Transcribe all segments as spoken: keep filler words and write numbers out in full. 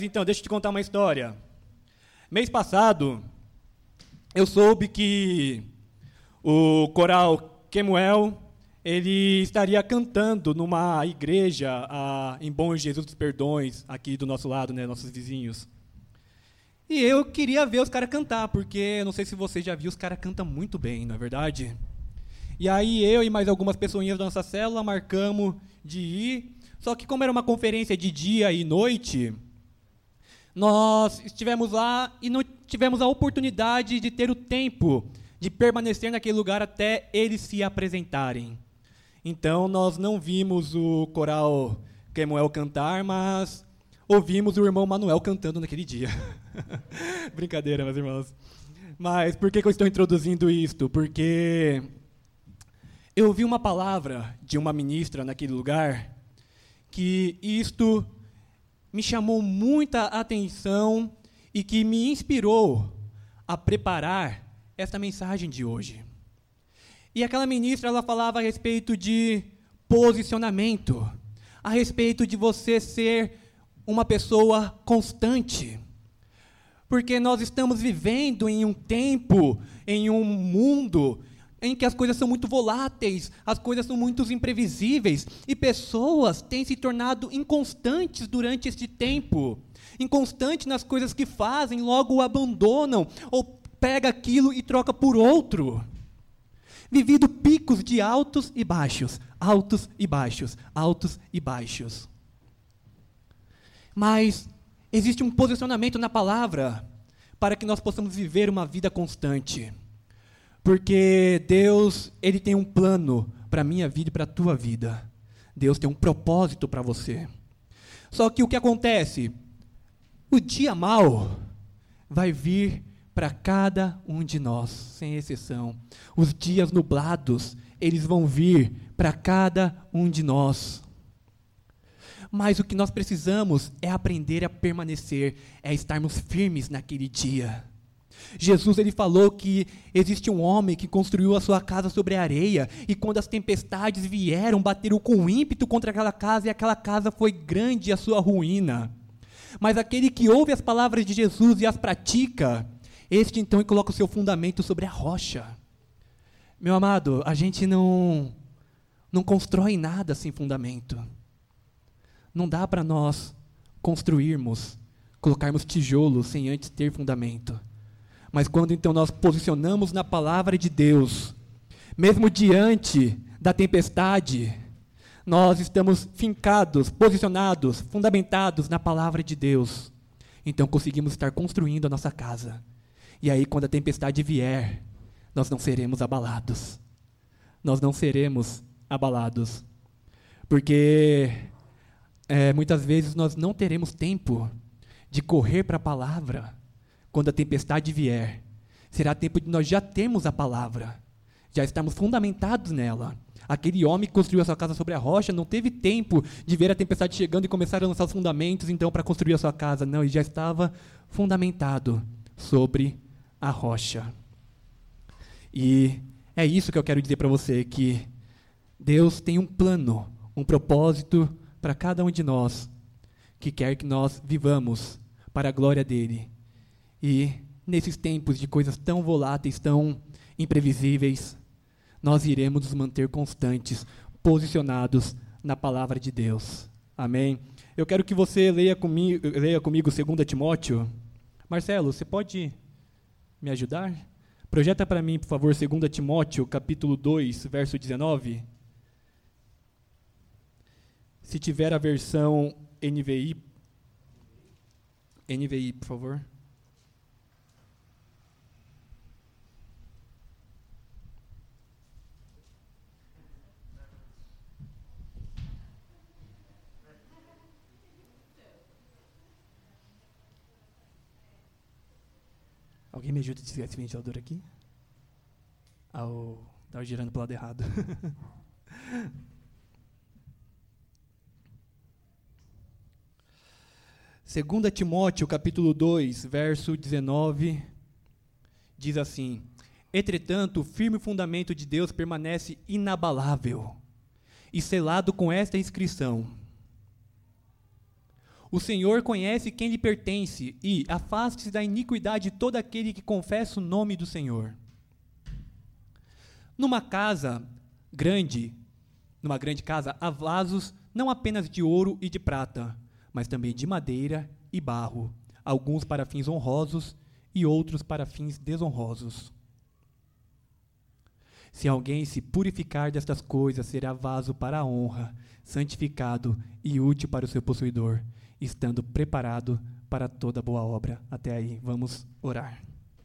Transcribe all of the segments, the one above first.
Então, deixa eu te contar uma história. Mês passado, eu soube que o coral Kemuel, ele estaria cantando numa igreja a, em Bom Jesus dos Perdões, aqui do nosso lado, né, nossos vizinhos. E eu queria ver os caras cantar, porque, não sei se você já viu, os caras cantam muito bem, não é verdade? E aí eu e mais algumas pessoinhas da nossa célula marcamos de ir, só que como era uma conferência de dia e noite, nós estivemos lá e não tivemos a oportunidade de ter o tempo de permanecer naquele lugar até eles se apresentarem. Então, nós não vimos o coral Kemuel cantar, mas ouvimos o irmão Manuel cantando naquele dia. Brincadeira, meus irmãos. Mas por que, que eu estou introduzindo isto? Porque eu ouvi uma palavra de uma ministra naquele lugar que isto me chamou muita atenção e que me inspirou a preparar esta mensagem de hoje. E aquela ministra, ela falava a respeito de posicionamento, a respeito de você ser uma pessoa constante. Porque nós estamos vivendo em um tempo, em um mundo em que as coisas são muito voláteis, as coisas são muito imprevisíveis, e pessoas têm se tornado inconstantes durante este tempo, inconstantes nas coisas que fazem, logo o abandonam, ou pega aquilo e troca por outro. Vivido picos de altos e baixos, altos e baixos, altos e baixos. Mas existe um posicionamento na palavra para que nós possamos viver uma vida constante. Porque Deus, Ele tem um plano para a minha vida e para a tua vida. Deus tem um propósito para você. Só que o que acontece? O dia mau vai vir para cada um de nós, sem exceção. Os dias nublados, eles vão vir para cada um de nós. Mas o que nós precisamos é aprender a permanecer, é estarmos firmes naquele dia. Jesus, ele falou que existe um homem que construiu a sua casa sobre a areia, e quando as tempestades vieram, bateram com ímpeto contra aquela casa, e aquela casa foi grande a sua ruína. Mas aquele que ouve as palavras de Jesus e as pratica, este então coloca o seu fundamento sobre a rocha. Meu amado, a gente não, não constrói nada sem fundamento. Não dá para nós construirmos, colocarmos tijolos sem antes ter fundamento. Mas quando então nós posicionamos na palavra de Deus, mesmo diante da tempestade, nós estamos fincados, posicionados, fundamentados na palavra de Deus. Então conseguimos estar construindo a nossa casa. E aí quando a tempestade vier, nós não seremos abalados. Nós não seremos abalados. Porque é, muitas vezes nós não teremos tempo de correr para a palavra. Quando a tempestade vier, será tempo de nós já termos a palavra, já estamos fundamentados nela. Aquele homem que construiu a sua casa sobre a rocha não teve tempo de ver a tempestade chegando e começar a lançar os fundamentos, então, para construir a sua casa. Não, ele já estava fundamentado sobre a rocha. E é isso que eu quero dizer para você, que Deus tem um plano, um propósito para cada um de nós, que quer que nós vivamos para a glória dele. E nesses tempos de coisas tão voláteis, tão imprevisíveis, nós iremos nos manter constantes, posicionados na palavra de Deus. Amém? Eu quero que você leia comigo, leia comigo dois Timóteo. Marcelo, você pode me ajudar? Projeta para mim, por favor, dois Timóteo, capítulo dois, verso dezenove. Se tiver a versão N V I, N V I, por favor. Alguém me ajuda a desligar esse ventilador aqui? Ah, estava girando para o lado errado. dois Timóteo, capítulo dois, verso dezenove, diz assim: Entretanto, o firme fundamento de Deus permanece inabalável, e selado com esta inscrição: O Senhor conhece quem lhe pertence e afaste-se da iniquidade de todo aquele que confessa o nome do Senhor. Numa casa grande, numa grande casa, há vasos não apenas de ouro e de prata, mas também de madeira e barro, alguns para fins honrosos e outros para fins desonrosos. Se alguém se purificar destas coisas, será vaso para a honra, santificado e útil para o seu possuidor, estando preparado para toda boa obra. Até aí, vamos orar.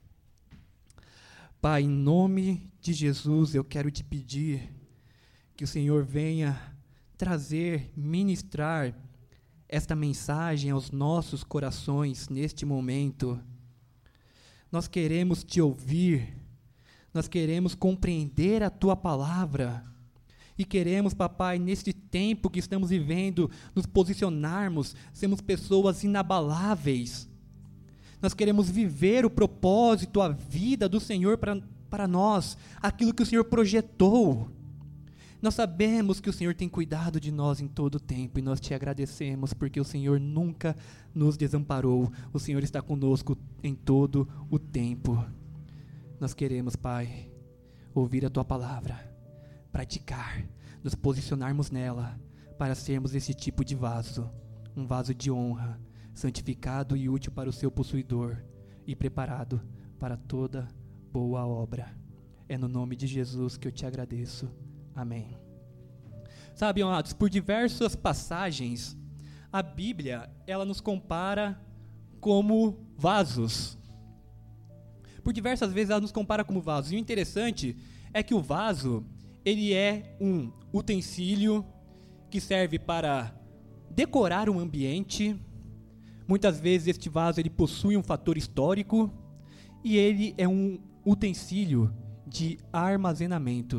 Pai, em nome de Jesus, eu quero te pedir que o Senhor venha trazer, ministrar esta mensagem aos nossos corações neste momento. Nós queremos te ouvir, nós queremos compreender a tua palavra e queremos, papai, neste tempo que estamos vivendo, nos posicionarmos, sermos pessoas inabaláveis. Nós queremos viver o propósito, a vida do Senhor para, para nós, aquilo que o Senhor projetou. Nós sabemos que o Senhor tem cuidado de nós em todo o tempo e nós te agradecemos porque o Senhor nunca nos desamparou. O Senhor está conosco em todo o tempo. Nós queremos, Pai, ouvir a tua palavra, praticar, nos posicionarmos nela para sermos esse tipo de vaso, um vaso de honra, santificado e útil para o seu possuidor e preparado para toda boa obra. É no nome de Jesus que eu te agradeço. Amém. Sabe, amados, por diversas passagens, a Bíblia, ela nos compara como vasos. Por diversas vezes ela nos compara como vasos. E o interessante é que o vaso, ele é um utensílio que serve para decorar um ambiente. Muitas vezes este vaso ele possui um fator histórico e ele é um utensílio de armazenamento.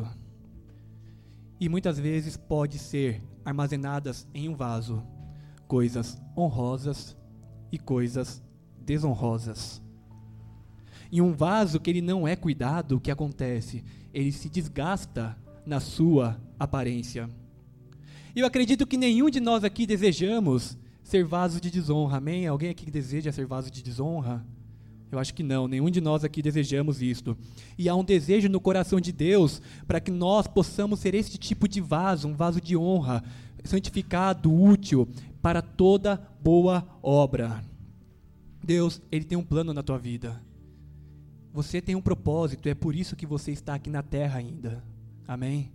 E muitas vezes pode ser armazenadas em um vaso coisas honrosas e coisas desonrosas. Em um vaso que ele não é cuidado, o que acontece? Ele se desgasta na sua aparência. E eu acredito que nenhum de nós aqui desejamos ser vaso de desonra, amém? Alguém aqui que deseja ser vaso de desonra? Eu acho que não, nenhum de nós aqui desejamos isto. E há um desejo no coração de Deus para que nós possamos ser esse tipo de vaso, um vaso de honra, santificado, útil, para toda boa obra. Deus, Ele tem um plano na tua vida. Você tem um propósito, é por isso que você está aqui na terra ainda. Amém?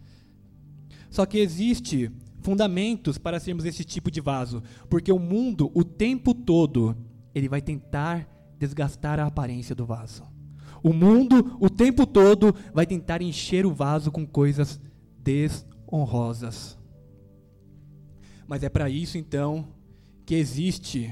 Só que existe fundamentos para sermos esse tipo de vaso, porque o mundo, o tempo todo, ele vai tentar desgastar a aparência do vaso. O mundo, o tempo todo, vai tentar encher o vaso com coisas desonrosas. Mas é para isso, então, que existe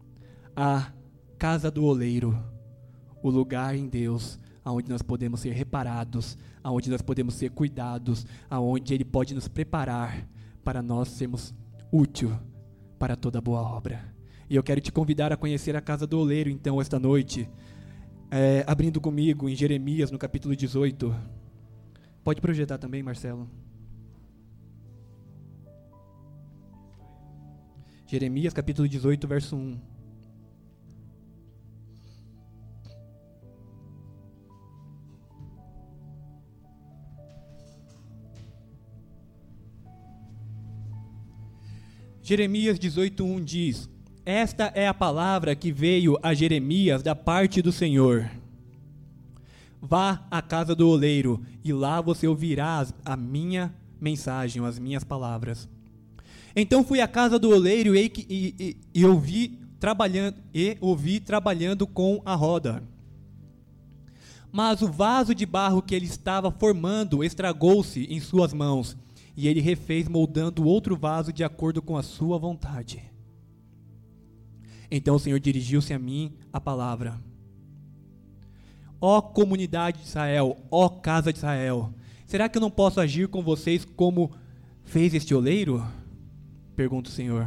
a casa do oleiro, o lugar em Deus, aonde nós podemos ser reparados, aonde nós podemos ser cuidados, aonde Ele pode nos preparar para nós sermos útil para toda boa obra. E eu quero te convidar a conhecer a casa do oleiro, então, esta noite, é, abrindo comigo em Jeremias, no capítulo dezoito. Pode projetar também, Marcelo. Jeremias, capítulo dezoito, verso um. Jeremias dezoito, um diz: esta é a palavra que veio a Jeremias da parte do Senhor. Vá à casa do oleiro, e lá você ouvirá a minha mensagem, as minhas palavras. Então fui à casa do oleiro e, e, e, e, ouvi, trabalhando, e ouvi trabalhando com a roda. Mas o vaso de barro que ele estava formando estragou-se em suas mãos, e ele refez moldando outro vaso de acordo com a sua vontade. Então o Senhor dirigiu-se a mim a palavra: ó comunidade de Israel, ó casa de Israel, será que eu não posso agir com vocês como fez este oleiro? Pergunta o Senhor.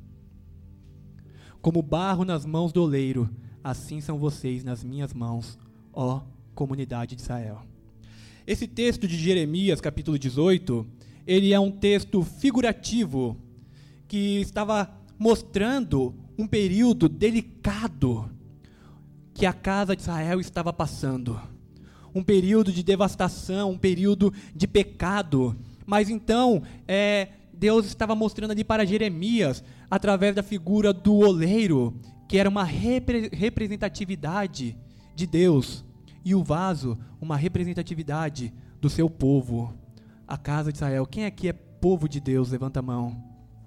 Como barro nas mãos do oleiro, assim são vocês nas minhas mãos, ó comunidade de Israel. Esse texto de Jeremias, capítulo dezoito, ele é um texto figurativo que estava mostrando um período delicado que a casa de Israel estava passando. Um período de devastação, um período de pecado. Mas então, é, Deus estava mostrando ali para Jeremias, através da figura do oleiro, que era uma repre- representatividade de Deus, e o vaso, uma representatividade do seu povo, a casa de Israel. Quem aqui é povo de Deus? Levanta a mão.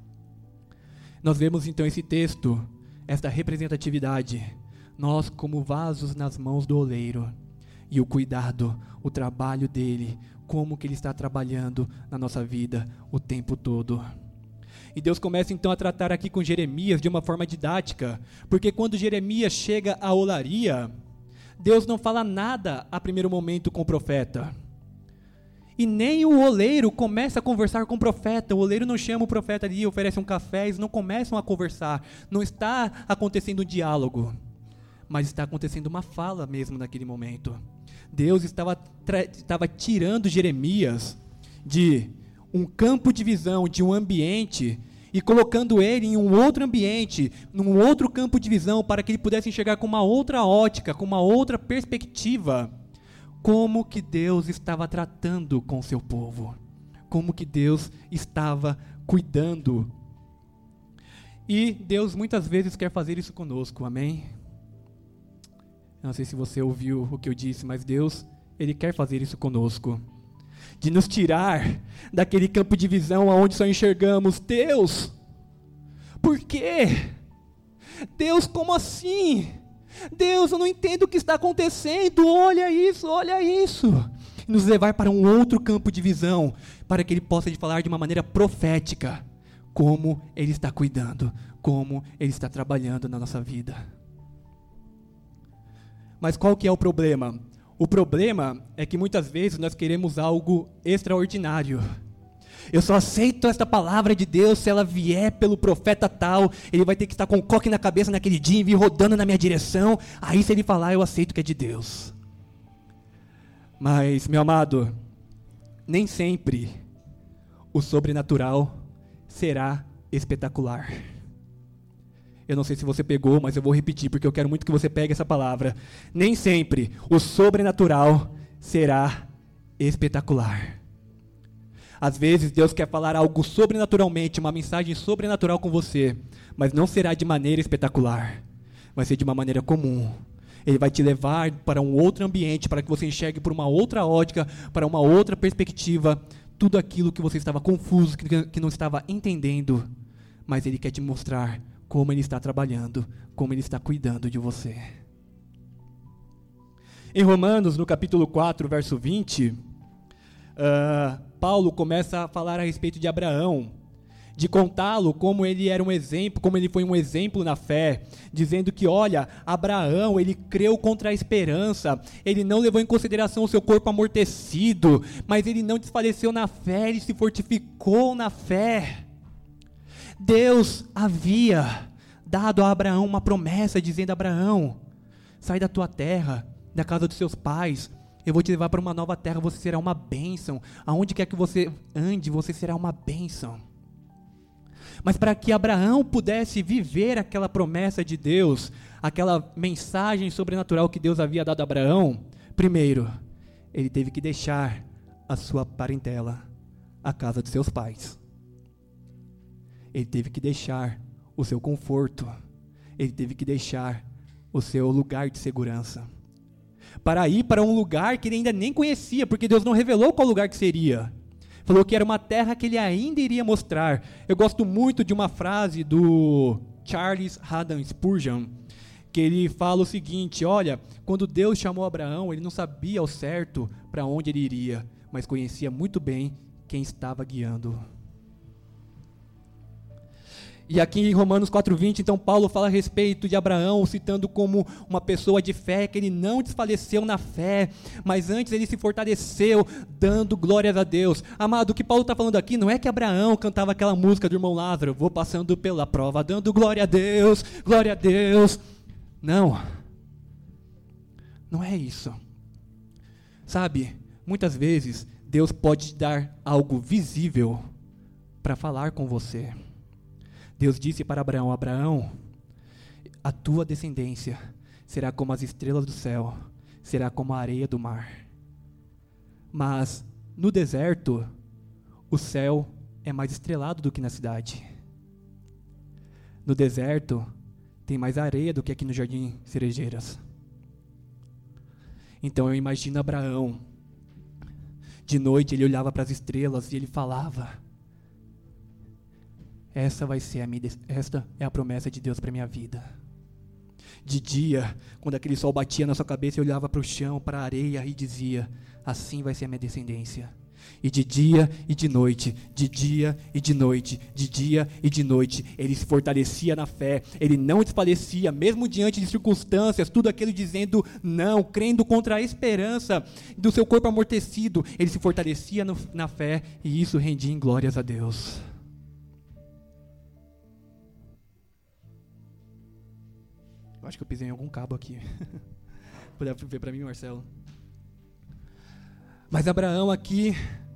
Nós vemos então esse texto, esta representatividade, nós como vasos nas mãos do oleiro, e o cuidado, o trabalho dele, como que ele está trabalhando na nossa vida o tempo todo. E Deus começa então a tratar aqui com Jeremias de uma forma didática, porque quando Jeremias chega à olaria, Deus não fala nada a primeiro momento com o profeta. E nem o oleiro começa a conversar com o profeta. O oleiro não chama o profeta ali, oferece um café, eles não começam a conversar. Não está acontecendo um diálogo, mas está acontecendo uma fala mesmo naquele momento. Deus estava, tra- estava tirando Jeremias de um campo de visão, de um ambiente, e colocando ele em um outro ambiente, num outro campo de visão, para que ele pudesse enxergar com uma outra ótica, com uma outra perspectiva, como que Deus estava tratando com o seu povo, como que Deus estava cuidando. E Deus muitas vezes quer fazer isso conosco, amém? Não sei se você ouviu o que eu disse, mas Deus, Ele quer fazer isso conosco. De nos tirar daquele campo de visão onde só enxergamos Deus. Por quê? Deus, como assim? Deus, eu não entendo o que está acontecendo. Olha isso, olha isso. E nos levar para um outro campo de visão, para que Ele possa te falar de uma maneira profética como Ele está cuidando, como Ele está trabalhando na nossa vida. Mas qual que é o problema? O problema é que muitas vezes nós queremos algo extraordinário. Eu só aceito esta palavra de Deus se ela vier pelo profeta tal. Ele vai ter que estar com o coque na cabeça naquele dia e vir rodando na minha direção. Aí se ele falar, eu aceito que é de Deus. Mas, meu amado, nem sempre o sobrenatural será espetacular. Eu não sei se você pegou, mas eu vou repetir, porque eu quero muito que você pegue essa palavra. Nem sempre o sobrenatural será espetacular. Às vezes Deus quer falar algo sobrenaturalmente, uma mensagem sobrenatural com você, mas não será de maneira espetacular, vai ser de uma maneira comum. Ele vai te levar para um outro ambiente, para que você enxergue por uma outra ótica, para uma outra perspectiva, tudo aquilo que você estava confuso, que, que não estava entendendo, mas Ele quer te mostrar como Ele está trabalhando, como Ele está cuidando de você. Em Romanos, no capítulo quatro, verso vinte, uh, Paulo começa a falar a respeito de Abraão, de contá-lo como ele era um exemplo, como ele foi um exemplo na fé, dizendo que, olha, Abraão, ele creu contra a esperança, ele não levou em consideração o seu corpo amortecido, mas ele não desfaleceu na fé, ele se fortificou na fé. Deus havia dado a Abraão uma promessa, dizendo: Abraão, sai da tua terra, da casa dos seus pais, eu vou te levar para uma nova terra, você será uma bênção, aonde quer que você ande, você será uma bênção. Mas para que Abraão pudesse viver aquela promessa de Deus, aquela mensagem sobrenatural que Deus havia dado a Abraão, primeiro, ele teve que deixar a sua parentela, a casa dos seus pais. Ele teve que deixar o seu conforto, ele teve que deixar o seu lugar de segurança, para ir para um lugar que ele ainda nem conhecia, porque Deus não revelou qual lugar que seria. Falou que era uma terra que ele ainda iria mostrar. Eu gosto muito de uma frase do Charles Haddon Spurgeon, que ele fala o seguinte: olha, quando Deus chamou Abraão, ele não sabia ao certo para onde ele iria, mas conhecia muito bem quem estava guiando. E aqui em Romanos quatro vinte, então Paulo fala a respeito de Abraão, citando como uma pessoa de fé, que ele não desfaleceu na fé, mas antes ele se fortaleceu, dando glórias a Deus. Amado, o que Paulo está falando aqui não é que Abraão cantava aquela música do irmão Lázaro, vou passando pela prova, dando glória a Deus, glória a Deus. Não, não é isso. Sabe, muitas vezes Deus pode te dar algo visível para falar com você. Deus disse para Abraão: Abraão, a tua descendência será como as estrelas do céu, será como a areia do mar. Mas no deserto, o céu é mais estrelado do que na cidade. No deserto, tem mais areia do que aqui no Jardim Cerejeiras. Então eu imagino Abraão, de noite ele olhava para as estrelas e ele falava: essa vai ser a minha, esta é a promessa de Deus para minha vida. De dia, quando aquele sol batia na sua cabeça, ele olhava para o chão, para a areia e dizia: assim vai ser a minha descendência. E de dia e de noite, de dia e de noite, de dia e de noite, ele se fortalecia na fé, ele não desfalecia, mesmo diante de circunstâncias, tudo aquilo dizendo não, crendo contra a esperança do seu corpo amortecido, ele se fortalecia no, na fé, e isso rendia em glórias a Deus. Eu acho que eu pisei em algum cabo aqui. Podia ver para mim, Marcelo. Mas Abraão aqui,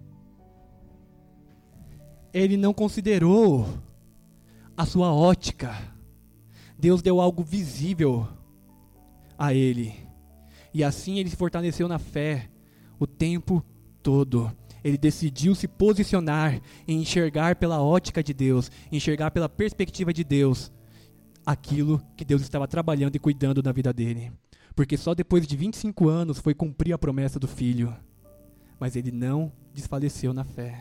ele não considerou a sua ótica. Deus deu algo visível a ele. E assim ele se fortaleceu na fé o tempo todo. Ele decidiu se posicionar e enxergar pela ótica de Deus, enxergar pela perspectiva de Deus, aquilo que Deus estava trabalhando e cuidando da vida dele. Porque só depois de vinte e cinco anos foi cumprir a promessa do filho. Mas ele não desfaleceu na fé.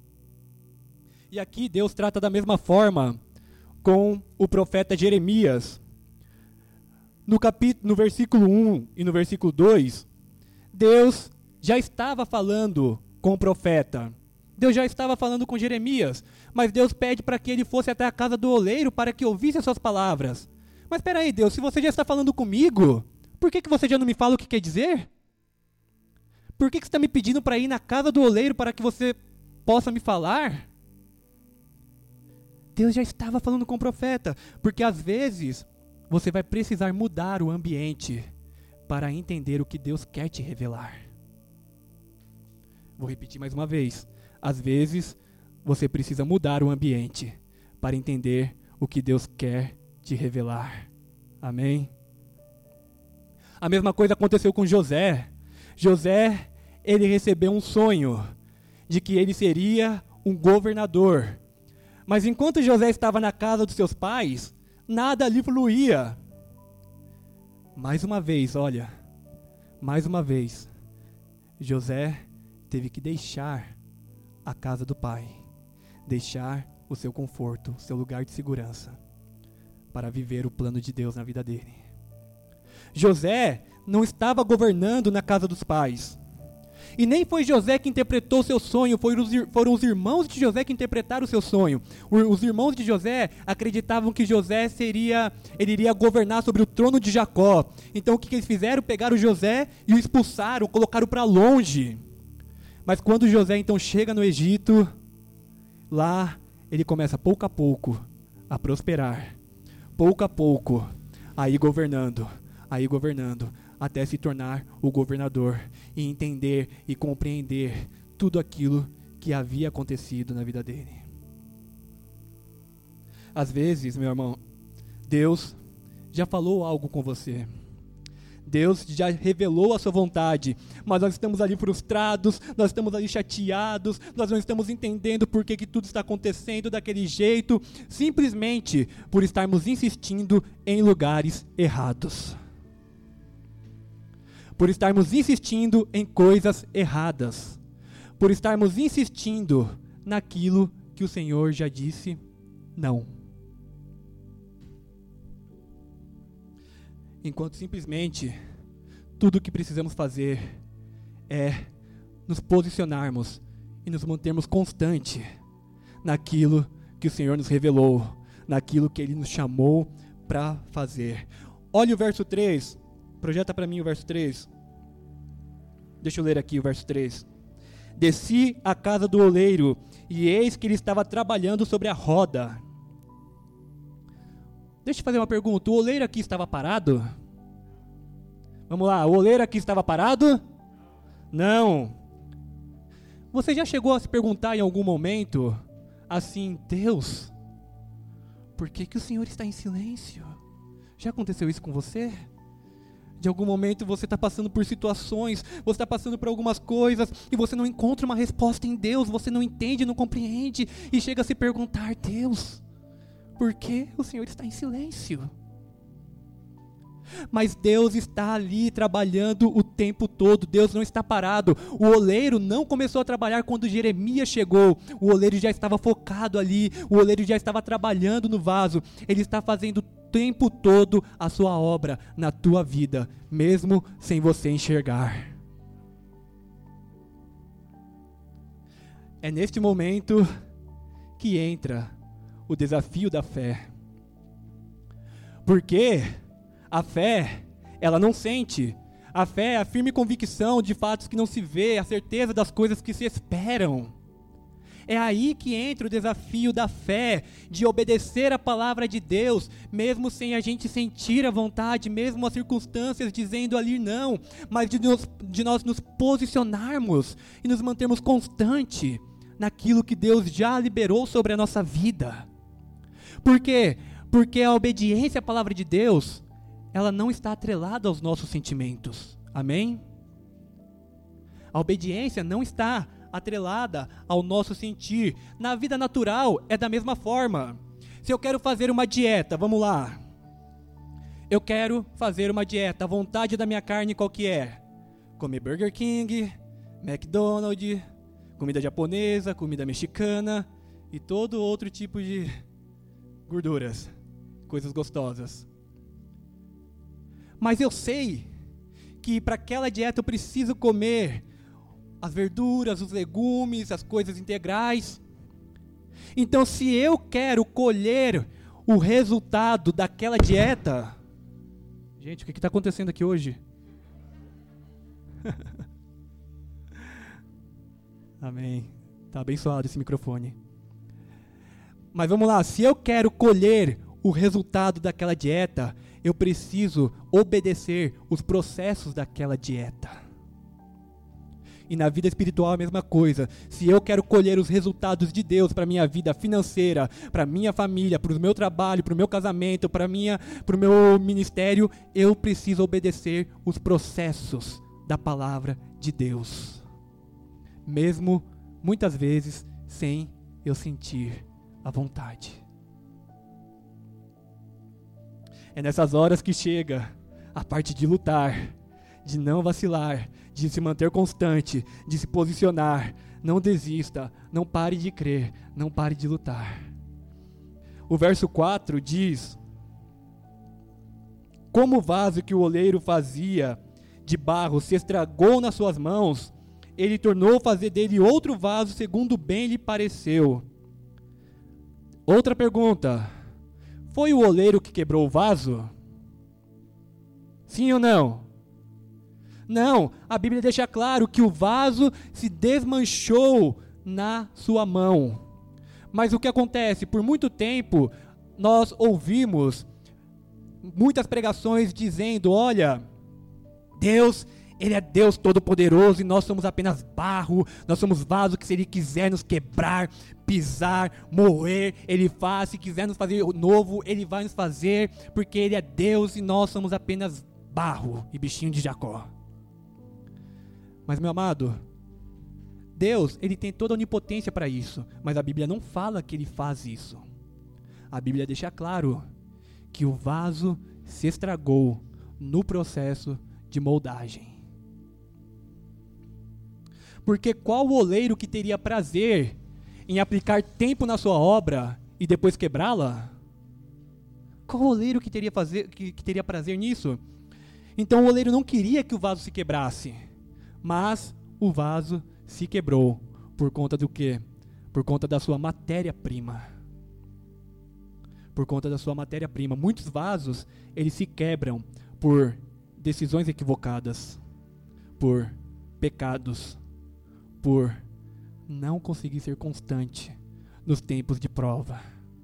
E aqui Deus trata da mesma forma com o profeta Jeremias. No, capítulo, no versículo um e no versículo dois, Deus já estava falando com o profeta. Deus já estava falando com Jeremias, mas Deus pede para que ele fosse até a casa do oleiro para que ouvisse as suas palavras. Mas espera aí, Deus, se você já está falando comigo, por que, que você já não me fala o que quer dizer? Por que, que você está me pedindo para ir na casa do oleiro para que você possa me falar? Deus já estava falando com o profeta, porque às vezes você vai precisar mudar o ambiente para entender o que Deus quer te revelar. Vou repetir mais uma vez. Às vezes você precisa mudar o ambiente para entender o que Deus quer te revelar. Amém? A mesma coisa aconteceu com José. José, ele recebeu um sonho de que ele seria um governador. Mas enquanto José estava na casa dos seus pais, nada ali fluía. Mais uma vez, olha, mais uma vez, José teve que deixar a casa do pai, deixar o seu conforto, o seu lugar de segurança, para viver o plano de Deus na vida dele. José não estava governando na casa dos pais. E nem foi José que interpretou o seu sonho, foram os, foram os irmãos de José que interpretaram o seu sonho. Os irmãos de José acreditavam que José seria, ele iria governar sobre o trono de Jacó. Então o que, que eles fizeram? Pegaram José e o expulsaram, colocaram para longe. Mas quando José então chega no Egito, lá ele começa pouco a pouco a prosperar. Pouco a pouco, aí governando, aí governando, até se tornar o governador e entender e compreender tudo aquilo que havia acontecido na vida dele. Às vezes, meu irmão, Deus já falou algo com você. Deus já revelou a sua vontade, mas nós estamos ali frustrados, nós estamos ali chateados, nós não estamos entendendo por que, que tudo está acontecendo daquele jeito, simplesmente por estarmos insistindo em lugares errados. Por estarmos insistindo em coisas erradas. Por estarmos insistindo naquilo que o Senhor já disse não. Enquanto simplesmente tudo o que precisamos fazer é nos posicionarmos e nos mantermos constante naquilo que o Senhor nos revelou, naquilo que Ele nos chamou para fazer. Olha o verso três. Projeta para mim o verso três. Deixa eu ler aqui o verso três. Desci à casa do oleiro, e eis que ele estava trabalhando sobre a roda. Deixa eu fazer uma pergunta. O oleiro aqui estava parado? Vamos lá, o oleiro aqui estava parado? Não. Você já chegou a se perguntar em algum momento, assim, Deus, por que que o Senhor está em silêncio? Já aconteceu isso com você? De algum momento você está passando por situações, você está passando por algumas coisas e você não encontra uma resposta em Deus, você não entende, não compreende e chega a se perguntar: Deus, por que o Senhor está em silêncio? Mas Deus está ali trabalhando o tempo todo, Deus não está parado. O oleiro não começou a trabalhar quando Jeremias chegou, o oleiro já estava focado ali, o oleiro já estava trabalhando no vaso, ele está fazendo o tempo todo a sua obra na tua vida, mesmo sem você enxergar. É neste momento que entra o desafio da fé, porque a fé, ela não sente. A fé é a firme convicção de fatos que não se vê, a certeza das coisas que se esperam. É aí que entra o desafio da fé, de obedecer a palavra de Deus, mesmo sem a gente sentir a vontade, mesmo as circunstâncias dizendo ali não, mas de, nos, de nós nos posicionarmos e nos mantermos constante naquilo que Deus já liberou sobre a nossa vida. Por quê? Porque a obediência à palavra de Deus, ela não está atrelada aos nossos sentimentos. Amém? A obediência não está atrelada ao nosso sentir. Na vida natural é da mesma forma. Se eu quero fazer uma dieta, vamos lá. Eu quero fazer uma dieta. A vontade da minha carne qual que é? Comer Burger King, McDonald's, comida japonesa, comida mexicana e todo outro tipo de gorduras, coisas gostosas. Mas eu sei que para aquela dieta eu preciso comer as verduras, os legumes, as coisas integrais. Então, se eu quero colher o resultado daquela dieta... Gente, o que está acontecendo aqui hoje? Amém. Está abençoado esse microfone. Mas vamos lá, se eu quero colher o resultado daquela dieta, eu preciso obedecer os processos daquela dieta. E na vida espiritual é a mesma coisa. Se eu quero colher os resultados de Deus para a minha vida financeira, para a minha família, para o meu trabalho, para o meu casamento, para o meu ministério, eu preciso obedecer os processos da palavra de Deus. Mesmo, muitas vezes, sem eu sentir a vontade. É nessas horas que chega a parte de lutar, de não vacilar, de se manter constante, de se posicionar. Não desista, não pare de crer, não pare de lutar. O verso quatro diz: como o vaso que o oleiro fazia de barro se estragou nas suas mãos, ele tornou fazer dele outro vaso segundo bem lhe pareceu. Outra pergunta: foi o oleiro que quebrou o vaso? Sim ou não? Não, a Bíblia deixa claro que o vaso se desmanchou na sua mão. Mas o que acontece? Por muito tempo, nós ouvimos muitas pregações dizendo: olha, Deus, Ele é Deus Todo-Poderoso e nós somos apenas barro, nós somos vaso que se Ele quiser nos quebrar, pisar, moer, Ele faz. Se quiser nos fazer novo, Ele vai nos fazer, porque Ele é Deus e nós somos apenas barro e bichinho de Jacó. Mas, meu amado, Deus, Ele tem toda a onipotência para isso, mas a Bíblia não fala que Ele faz isso. A Bíblia deixa claro que o vaso se estragou no processo de moldagem. Porque qual oleiro que teria prazer em aplicar tempo na sua obra e depois quebrá-la? Qual oleiro que teria, fazer, que, que teria prazer nisso? Então o oleiro não queria que o vaso se quebrasse, mas o vaso se quebrou. Por conta do quê? Por conta da sua matéria-prima. Por conta da sua matéria-prima. Muitos vasos, eles se quebram por decisões equivocadas, por pecados, por não conseguir ser constante nos tempos de prova.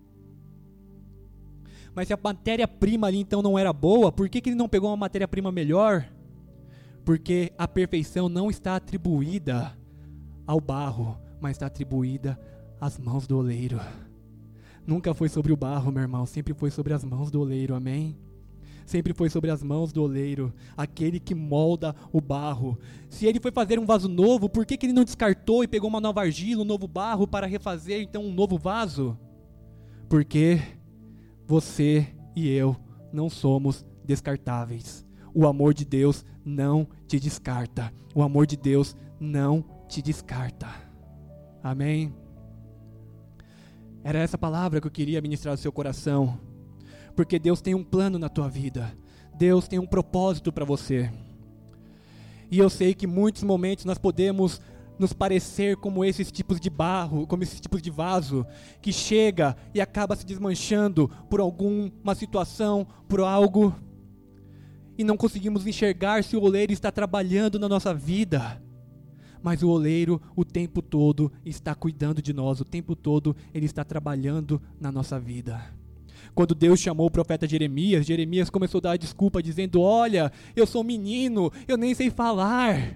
Mas se a matéria-prima ali então não era boa, por que que ele não pegou uma matéria-prima melhor? Porque a perfeição não está atribuída ao barro, mas está atribuída às mãos do oleiro. Nunca foi sobre o barro, meu irmão, sempre foi sobre as mãos do oleiro, amém? Sempre foi sobre as mãos do oleiro, aquele que molda o barro. Se ele foi fazer um vaso novo, por que, que ele não descartou e pegou uma nova argila, um novo barro para refazer então um novo vaso? Porque você e eu não somos descartáveis. O amor de Deus não te descarta. O amor de Deus não te descarta. Amém? Era essa palavra que eu queria ministrar no seu coração. Porque Deus tem um plano na tua vida. Deus tem um propósito para você. E eu sei que em muitos momentos nós podemos nos parecer como esses tipos de barro, como esses tipos de vaso, que chega e acaba se desmanchando por alguma situação, por algo, e não conseguimos enxergar se o oleiro está trabalhando na nossa vida. Mas o oleiro, o tempo todo, está cuidando de nós, o tempo todo ele está trabalhando na nossa vida. Quando Deus chamou o profeta Jeremias, Jeremias começou a dar desculpa dizendo, olha, eu sou um menino, eu nem sei falar.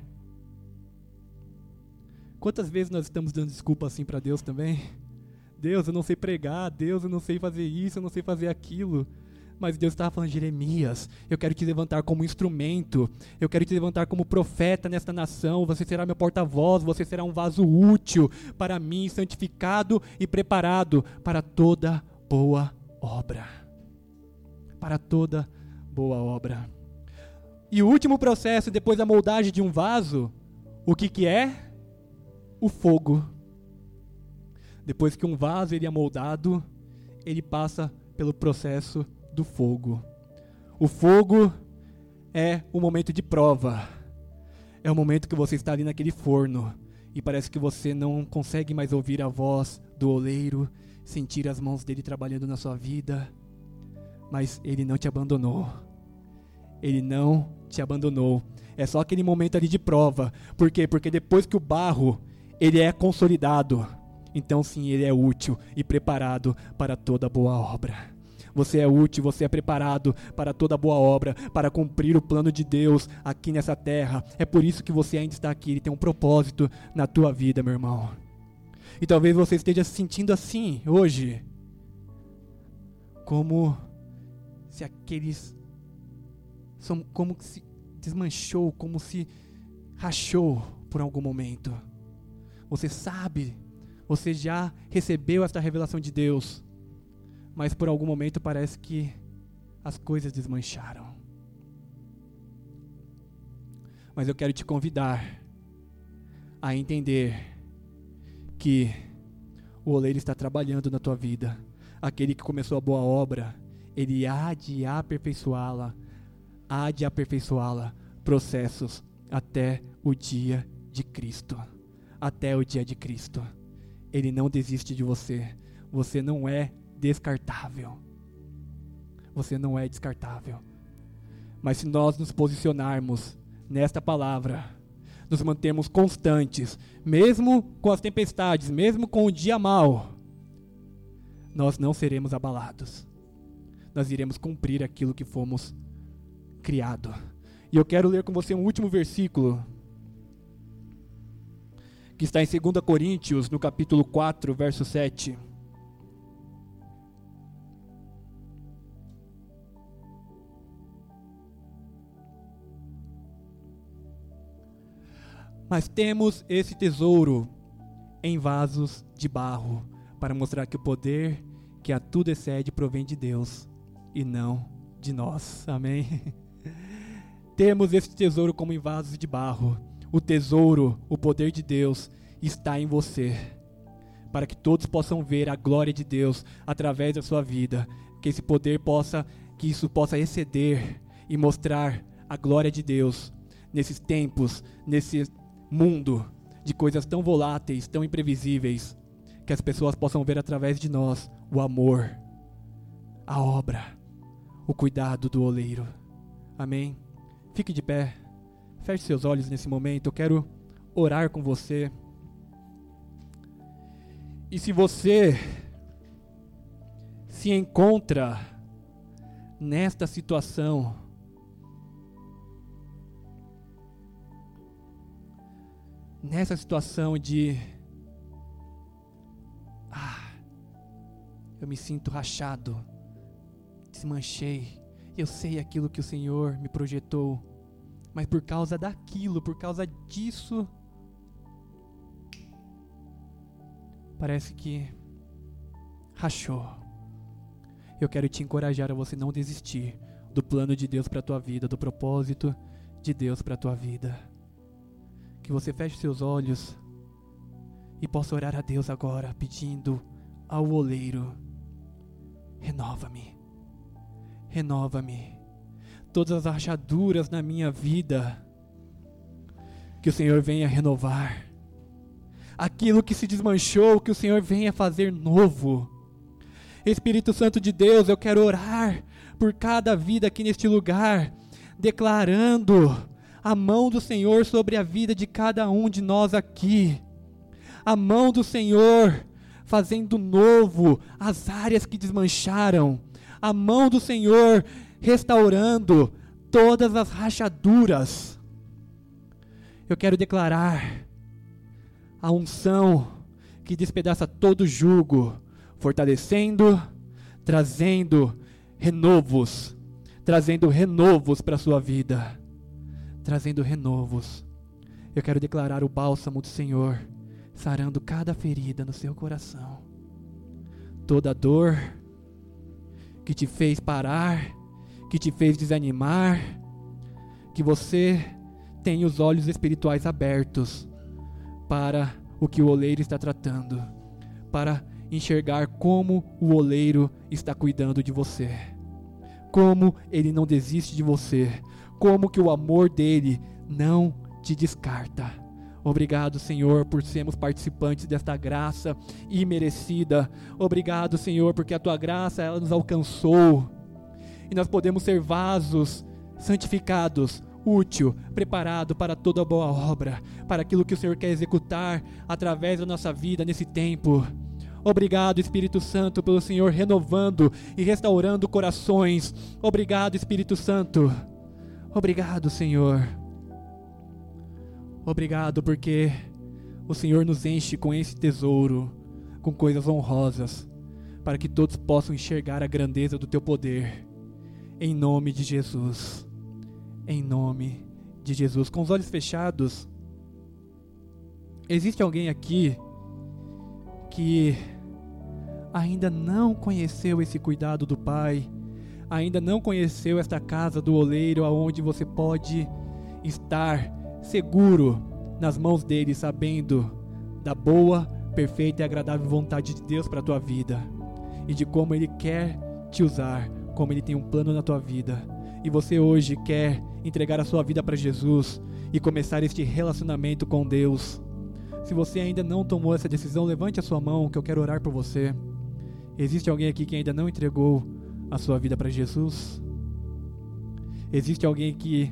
Quantas vezes nós estamos dando desculpa assim para Deus também? Deus, eu não sei pregar, Deus, eu não sei fazer isso, eu não sei fazer aquilo. Mas Deus estava falando, Jeremias, eu quero te levantar como instrumento, eu quero te levantar como profeta nesta nação, você será meu porta-voz, você será um vaso útil para mim, santificado e preparado para toda boa obra. Para toda boa obra. E o último processo, depois da moldagem de um vaso, o que que é? O fogo. Depois que um vaso ele é moldado, ele passa pelo processo do fogo. O fogo é o momento de prova. É o momento que você está ali naquele forno e parece que você não consegue mais ouvir a voz do oleiro, sentir as mãos dele trabalhando na sua vida, mas ele não te abandonou. Ele não te abandonou. É só aquele momento ali de prova. Por quê? Porque depois que o barro ele é consolidado, então sim, ele é útil e preparado para toda boa obra. Você é útil, você é preparado para toda boa obra, para cumprir o plano de Deus aqui nessa terra. É por isso que você ainda está aqui, ele tem um propósito na tua vida, meu irmão. E talvez você esteja se sentindo assim hoje, como se aqueles, como se desmanchou, como se rachou por algum momento. Você sabe, você já recebeu esta revelação de Deus, mas por algum momento parece que as coisas desmancharam. Mas eu quero te convidar a entender que o oleiro está trabalhando na tua vida. Aquele que começou a boa obra, ele há de aperfeiçoá-la, há de aperfeiçoá-la, processos até o dia de Cristo. Até o dia de Cristo. Ele não desiste de você. Você não é descartável. Você não é descartável. Mas se nós nos posicionarmos nesta palavra, nos mantermos constantes, mesmo com as tempestades, mesmo com o dia mau, nós não seremos abalados. Nós iremos cumprir aquilo que fomos criados. E eu quero ler com você um último versículo, que está em dois Coríntios, no capítulo quatro, verso sete. Mas temos esse tesouro em vasos de barro, para mostrar que o poder que a tudo excede provém de Deus e não de nós. Amém? Temos esse tesouro como em vasos de barro. O tesouro, o poder de Deus está em você, para que todos possam ver a glória de Deus através da sua vida, que esse poder possa, que isso possa exceder e mostrar a glória de Deus nesses tempos, nesse mundo de coisas tão voláteis, tão imprevisíveis, que as pessoas possam ver através de nós o amor, a obra, o cuidado do oleiro. Amém? Fique de pé, feche seus olhos nesse momento. Eu quero orar com você. E se você se encontra nesta situação, nessa situação de ah, eu me sinto rachado, desmanchei. Eu sei aquilo que o Senhor me projetou, mas por causa daquilo, por causa disso, parece que rachou. Eu quero te encorajar a você não desistir do plano de Deus para a tua vida, do propósito de Deus para a tua vida. Que você feche seus olhos e possa orar a Deus agora, pedindo ao oleiro: renova-me, renova-me. Todas as rachaduras na minha vida, que o Senhor venha renovar. Aquilo que se desmanchou, que o Senhor venha fazer novo. Espírito Santo de Deus, eu quero orar por cada vida aqui neste lugar, declarando a mão do Senhor sobre a vida de cada um de nós aqui. A mão do Senhor fazendo novo as áreas que desmancharam. A mão do Senhor restaurando todas as rachaduras. Eu quero declarar a unção que despedaça todo jugo, fortalecendo, trazendo renovos, trazendo renovos para a sua vida, trazendo renovos. Eu quero declarar o bálsamo do Senhor, sarando cada ferida no seu coração. Toda dor que te fez parar, que te fez desanimar, que você tenha os olhos espirituais abertos para o que o oleiro está tratando, para enxergar como o oleiro está cuidando de você, como ele não desiste de você, como que o amor dele não te descarta. Obrigado, Senhor, por sermos participantes desta graça imerecida. Obrigado, Senhor, porque a tua graça ela nos alcançou e nós podemos ser vasos santificados, útil, preparado para toda boa obra, para aquilo que o Senhor quer executar através da nossa vida nesse tempo. Obrigado, Espírito Santo, pelo Senhor renovando e restaurando corações. Obrigado, Espírito Santo. Obrigado, Senhor. Obrigado porque o Senhor nos enche com esse tesouro, com coisas honrosas, para que todos possam enxergar a grandeza do teu poder. Em nome de Jesus. Em nome de Jesus. Com os olhos fechados, existe alguém aqui que ainda não conheceu esse cuidado do Pai, ainda não conheceu esta casa do oleiro, aonde você pode estar seguro nas mãos dele, sabendo da boa, perfeita e agradável vontade de Deus para a tua vida, e de como ele quer te usar, como ele tem um plano na tua vida. E você hoje quer entregar a sua vida para Jesus e começar este relacionamento com Deus. Se você ainda não tomou essa decisão, levante a sua mão que eu quero orar por você. Existe alguém aqui que ainda não entregou a sua vida para Jesus? Existe alguém que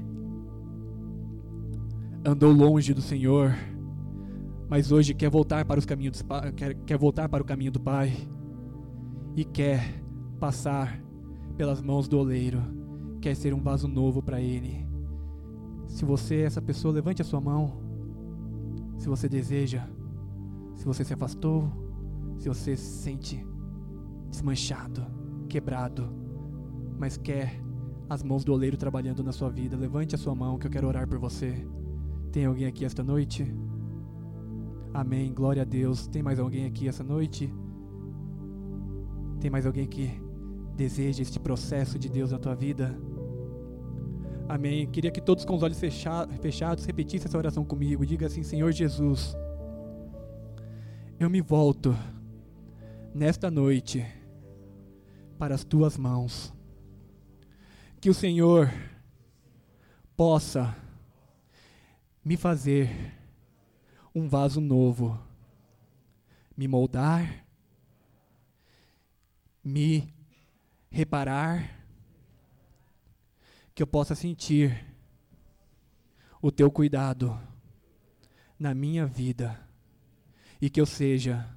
andou longe do Senhor, mas hoje quer voltar para os caminhos do, quer, quer voltar para o caminho do Pai e quer passar pelas mãos do oleiro, quer ser um vaso novo para Ele? Se você é essa pessoa, levante a sua mão. Se você deseja, se você se afastou, se você se sente desmanchado, quebrado, mas quer as mãos do oleiro trabalhando na sua vida, levante a sua mão que eu quero orar por você. Tem alguém aqui esta noite? Amém, glória a Deus. Tem mais alguém aqui essa noite? Tem mais alguém que deseja este processo de Deus na tua vida? Amém. Queria que todos com os olhos fechados repetissem essa oração comigo. Diga assim: Senhor Jesus, eu me volto nesta noite para as tuas mãos. Que o Senhor possa me fazer um vaso novo, me moldar, me reparar, que eu possa sentir o teu cuidado na minha vida e que eu seja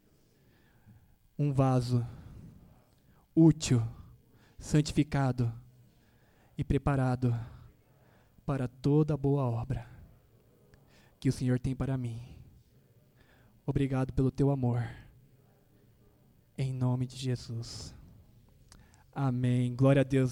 um vaso útil, santificado e preparado para toda boa obra que o Senhor tem para mim. Obrigado pelo teu amor. Em nome de Jesus. Amém. Glória a Deus.